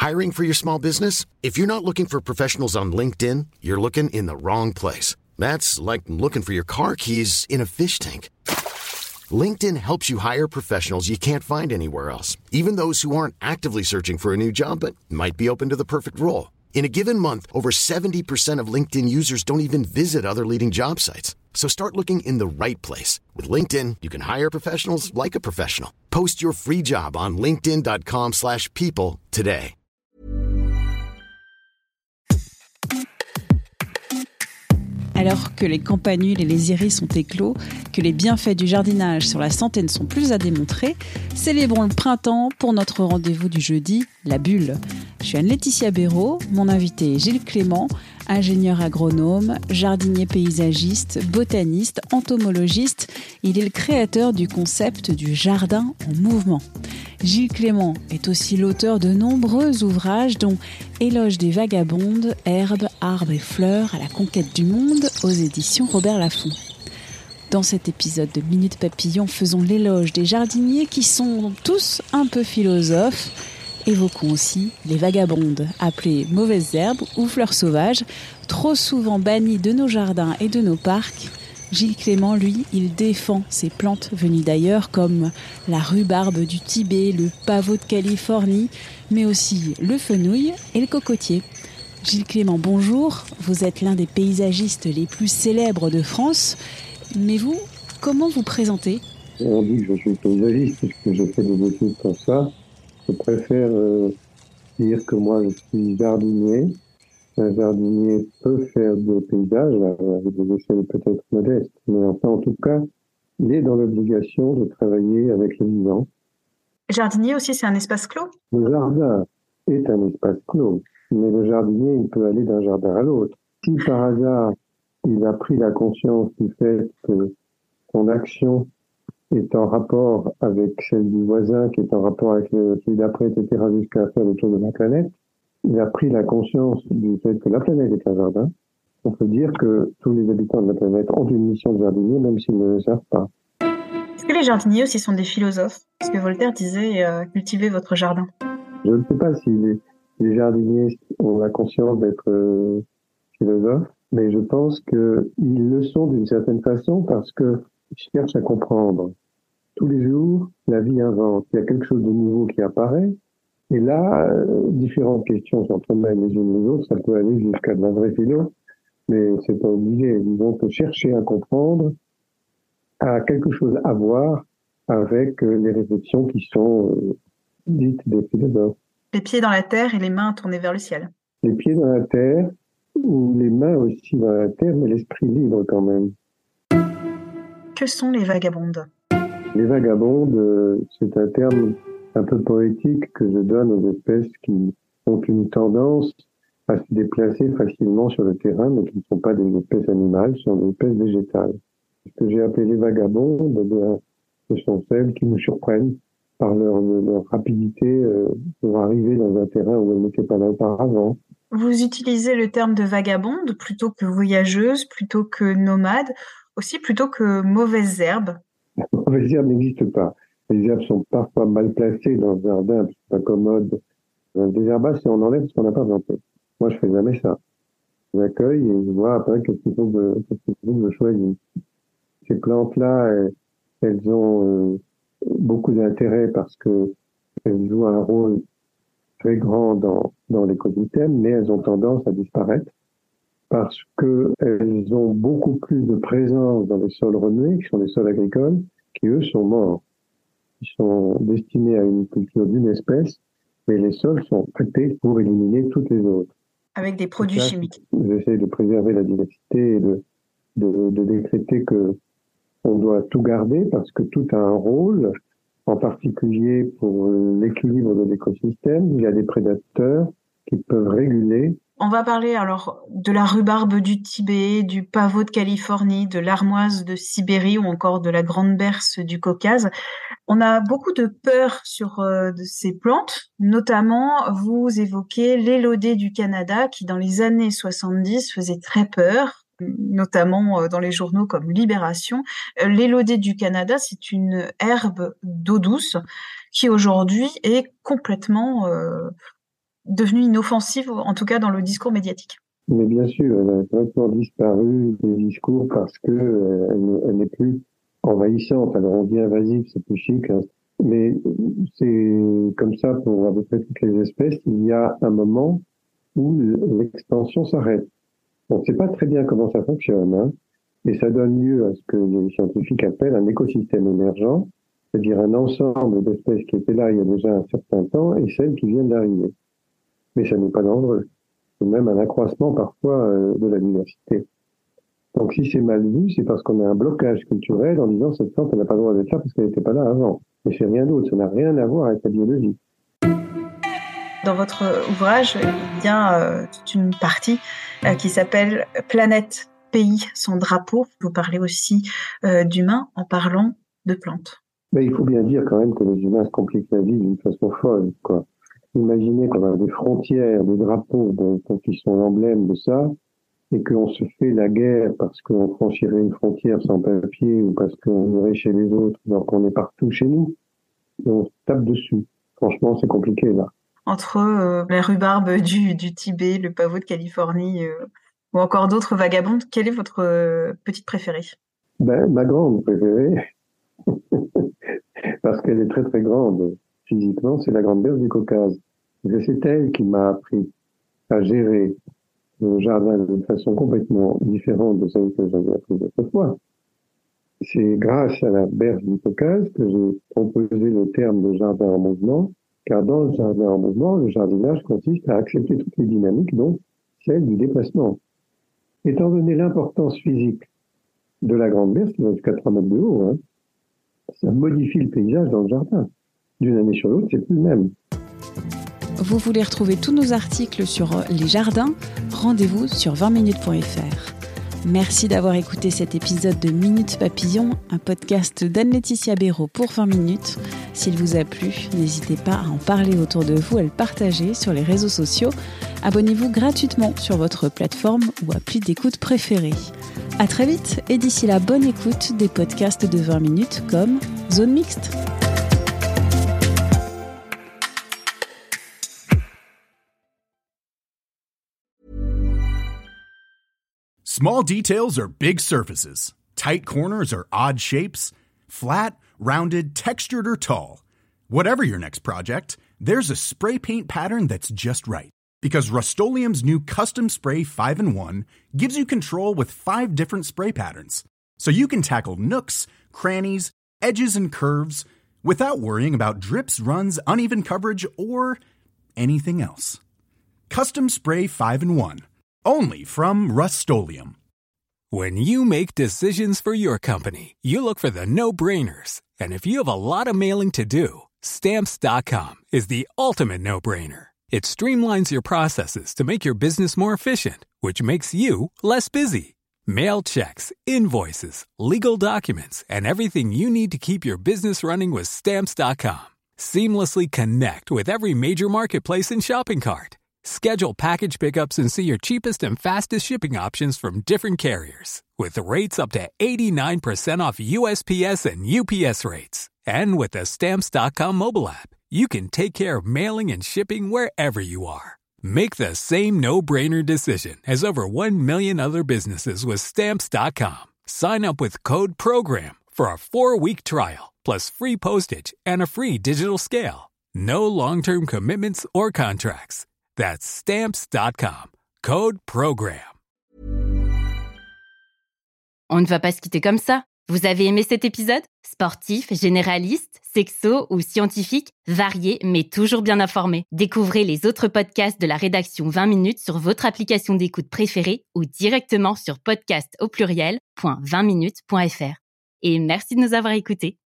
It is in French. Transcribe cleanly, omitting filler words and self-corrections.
Hiring for your small business? If you're not looking for professionals on LinkedIn, you're looking in the wrong place. That's like looking for your car keys in a fish tank. LinkedIn helps you hire professionals you can't find anywhere else, even those who aren't actively searching for a new job but might be open to the perfect role. In a given month, over 70% of LinkedIn users don't even visit other leading job sites. So start looking in the right place. With LinkedIn, you can hire professionals like a professional. Post your free job on linkedin.com/people today. Alors que les campanules et les iris sont éclos, que les bienfaits du jardinage sur la santé ne sont plus à démontrer, célébrons le printemps pour notre rendez-vous du jeudi, la bulle. Je suis Anne-Laetitia Béraud, mon invité est Gilles Clément, ingénieur agronome, jardinier paysagiste, botaniste, entomologiste. Il est le créateur du concept du jardin en mouvement. Gilles Clément est aussi l'auteur de nombreux ouvrages dont Éloge des vagabondes, herbes, arbres et fleurs à la conquête du monde aux éditions Robert Laffont. Dans cet épisode de Minute Papillon, faisons l'éloge des jardiniers qui sont tous un peu philosophes. Évoquons aussi les vagabondes, appelées mauvaises herbes ou fleurs sauvages, trop souvent bannies de nos jardins et de nos parcs. Gilles Clément, lui, il défend ces plantes venues d'ailleurs comme la rhubarbe du Tibet, le pavot de Californie, mais aussi le fenouil et le cocotier. Gilles Clément, bonjour. Vous êtes l'un des paysagistes les plus célèbres de France. Mais vous, comment vous présentez ? On dit que je suis paysagiste puisque je fais des études comme ça. Je préfère dire que moi je suis jardinier. Un jardinier peut faire des paysages avec des échelles peut-être modestes, mais enfin en tout cas, il est dans l'obligation de travailler avec le vivant. Jardinier aussi, c'est un espace clos ? Le jardin est un espace clos, mais le jardinier, il peut aller d'un jardin à l'autre. Si par hasard, il a pris la conscience du fait que son action est en rapport avec celle du voisin, qui est en rapport avec celui d'après, etc., jusqu'à faire le tour de la planète, il a pris la conscience du fait que la planète est un jardin. On peut dire que tous les habitants de la planète ont une mission de jardinier, même s'ils ne le savent pas. Est-ce que les jardiniers aussi sont des philosophes ? Parce que Voltaire disait « cultivez votre jardin ». Je ne sais pas si les jardiniers ont la conscience d'être philosophes, mais je pense qu'ils le sont d'une certaine façon parce qu'ils cherchent à comprendre. Tous les jours, la vie invente. Il y a quelque chose de nouveau qui apparaît. Et là, différentes questions s'entremêlent les unes les autres. Ça peut aller jusqu'à de la vraie philo, mais c'est pas obligé. Disons que chercher à comprendre a quelque chose à voir avec les réflexions qui sont dites des philosophes. Les pieds dans la terre et les mains tournées vers le ciel. Les pieds dans la terre, ou les mains aussi dans la terre, mais l'esprit libre quand même. Que sont les vagabondes ? Les vagabondes, c'est un terme un peu poétique que je donne aux espèces qui ont une tendance à se déplacer facilement sur le terrain, mais qui ne sont pas des espèces animales, ce sont des espèces végétales. Ce que j'ai appelé les vagabondes, eh bien, ce sont celles qui nous surprennent par leur rapidité pour arriver dans un terrain où elles n'étaient pas là auparavant. Vous utilisez le terme de vagabonde plutôt que voyageuse, plutôt que nomade, aussi plutôt que mauvaise herbe. Les mauvaises herbes n'existent pas. Les herbes sont parfois mal placées dans le jardin, c'est pas commode. Dans le désherbage, c'est on enlève ce qu'on n'a pas planté. Moi, je fais jamais ça. J'accueille et je vois après qu'est-ce qu'il faut que je choisisse. Ces plantes-là, elles ont beaucoup d'intérêt parce que elles jouent un rôle très grand dans l'écosystème, mais elles ont tendance à disparaître parce que elles ont beaucoup plus de présence dans les sols remués, qui sont les sols agricoles, qui eux sont morts. Ils sont destinés à une culture d'une espèce, mais les sols sont traités pour éliminer toutes les autres. Avec des produits chimiques. J'essaie de préserver la diversité et de décréter que on doit tout garder parce que tout a un rôle, en particulier pour l'équilibre de l'écosystème. Il y a des prédateurs qui peuvent réguler. On va parler alors de la rhubarbe du Tibet, du pavot de Californie, de l'armoise de Sibérie ou encore de la grande berce du Caucase. On a beaucoup de peur sur ces plantes, notamment vous évoquez l'élodée du Canada qui dans les années 70 faisait très peur, notamment dans les journaux comme Libération. L'élodée du Canada, c'est une herbe d'eau douce qui aujourd'hui est complètement devenue inoffensive, en tout cas dans le discours médiatique. Mais bien sûr, elle a complètement disparu des discours parce que elle n'est plus envahissante. Alors on dit invasive, c'est plus chic, hein. Mais c'est comme ça pour à peu près toutes les espèces. Il y a un moment où l'expansion s'arrête. On ne sait pas très bien comment ça fonctionne, hein, et ça donne lieu à ce que les scientifiques appellent un écosystème émergent, c'est-à-dire un ensemble d'espèces qui étaient là il y a déjà un certain temps et celles qui viennent d'arriver. Mais ça n'est pas dangereux. C'est même un accroissement parfois de la diversité. Donc si c'est mal vu, c'est parce qu'on a un blocage culturel en disant cette plante elle n'a pas le droit d'être là parce qu'elle n'était pas là avant. Mais c'est rien d'autre, ça n'a rien à voir avec la biologie. Dans votre ouvrage, il y a toute une partie qui s'appelle « Planète, pays, son drapeau ». Vous parlez aussi d'humains en parlant de plantes. Mais il faut bien dire quand même que les humains se compliquent la vie d'une façon folle, quoi. Imaginez qu'on a des frontières, des drapeaux qui sont l'emblème de ça, et qu'on se fait la guerre parce qu'on franchirait une frontière sans papier ou parce qu'on irait chez les autres, alors qu'on est partout chez nous, et on se tape dessus. Franchement, c'est compliqué, là. Entre la rhubarbe du Tibet, le pavot de Californie ou encore d'autres vagabondes, quelle est votre petite préférée ? Ma grande préférée, parce qu'elle est très très grande physiquement, c'est la grande berce du Caucase. C'est elle qui m'a appris à gérer le jardin d'une façon complètement différente de celle que j'avais appris autrefois. C'est grâce à la berce du Caucase que j'ai proposé le terme de jardin en mouvement, car dans le jardin en mouvement, le jardinage consiste à accepter toutes les dynamiques, donc celle du déplacement. Étant donné l'importance physique de la grande berce, qui va jusqu'à 3 mètres de haut, hein, ça modifie le paysage dans le jardin. D'une année sur l'autre, c'est plus le même. Vous voulez retrouver tous nos articles sur les jardins ? Rendez-vous sur 20minutes.fr. Merci d'avoir écouté cet épisode de Minutes Papillon, un podcast d'Anne-Laetitia Béraud pour 20 minutes. S'il vous a plu, n'hésitez pas à en parler autour de vous, à le partager sur les réseaux sociaux. Abonnez-vous gratuitement sur votre plateforme ou appli d'écoute préférée. À très vite et d'ici là, bonne écoute des podcasts de 20 minutes comme Zone Mixte. Small details are big surfaces. Tight corners are odd shapes. Flat, rounded, textured, or tall. Whatever your next project, there's a spray paint pattern that's just right. Because Rust-Oleum's new Custom Spray 5-in-1 gives you control with 5 different spray patterns. So you can tackle nooks, crannies, edges, and curves without worrying about drips, runs, uneven coverage, or anything else. Custom Spray 5-in-1. Only from Rust-Oleum. When you make decisions for your company, you look for the no-brainers. And if you have a lot of mailing to do, Stamps.com is the ultimate no-brainer. It streamlines your processes to make your business more efficient, which makes you less busy. Mail checks, invoices, legal documents, and everything you need to keep your business running with Stamps.com. Seamlessly connect with every major marketplace and shopping cart. Schedule package pickups and see your cheapest and fastest shipping options from different carriers. With rates up to 89% off USPS and UPS rates. And with the Stamps.com mobile app, you can take care of mailing and shipping wherever you are. Make the same no-brainer decision as over 1 million other businesses with Stamps.com. Sign up with code PROGRAM for a 4-week trial, plus free postage and a free digital scale. No long-term commitments or contracts. That's Stamps.com. Code PROGRAM. On ne va pas se quitter comme ça. Vous avez aimé cet épisode ? Sportif, généraliste, sexo ou scientifique, varié mais toujours bien informé. Découvrez les autres podcasts de la rédaction 20 minutes sur votre application d'écoute préférée ou directement sur podcast@20minutes.fr. Et merci de nous avoir écoutés.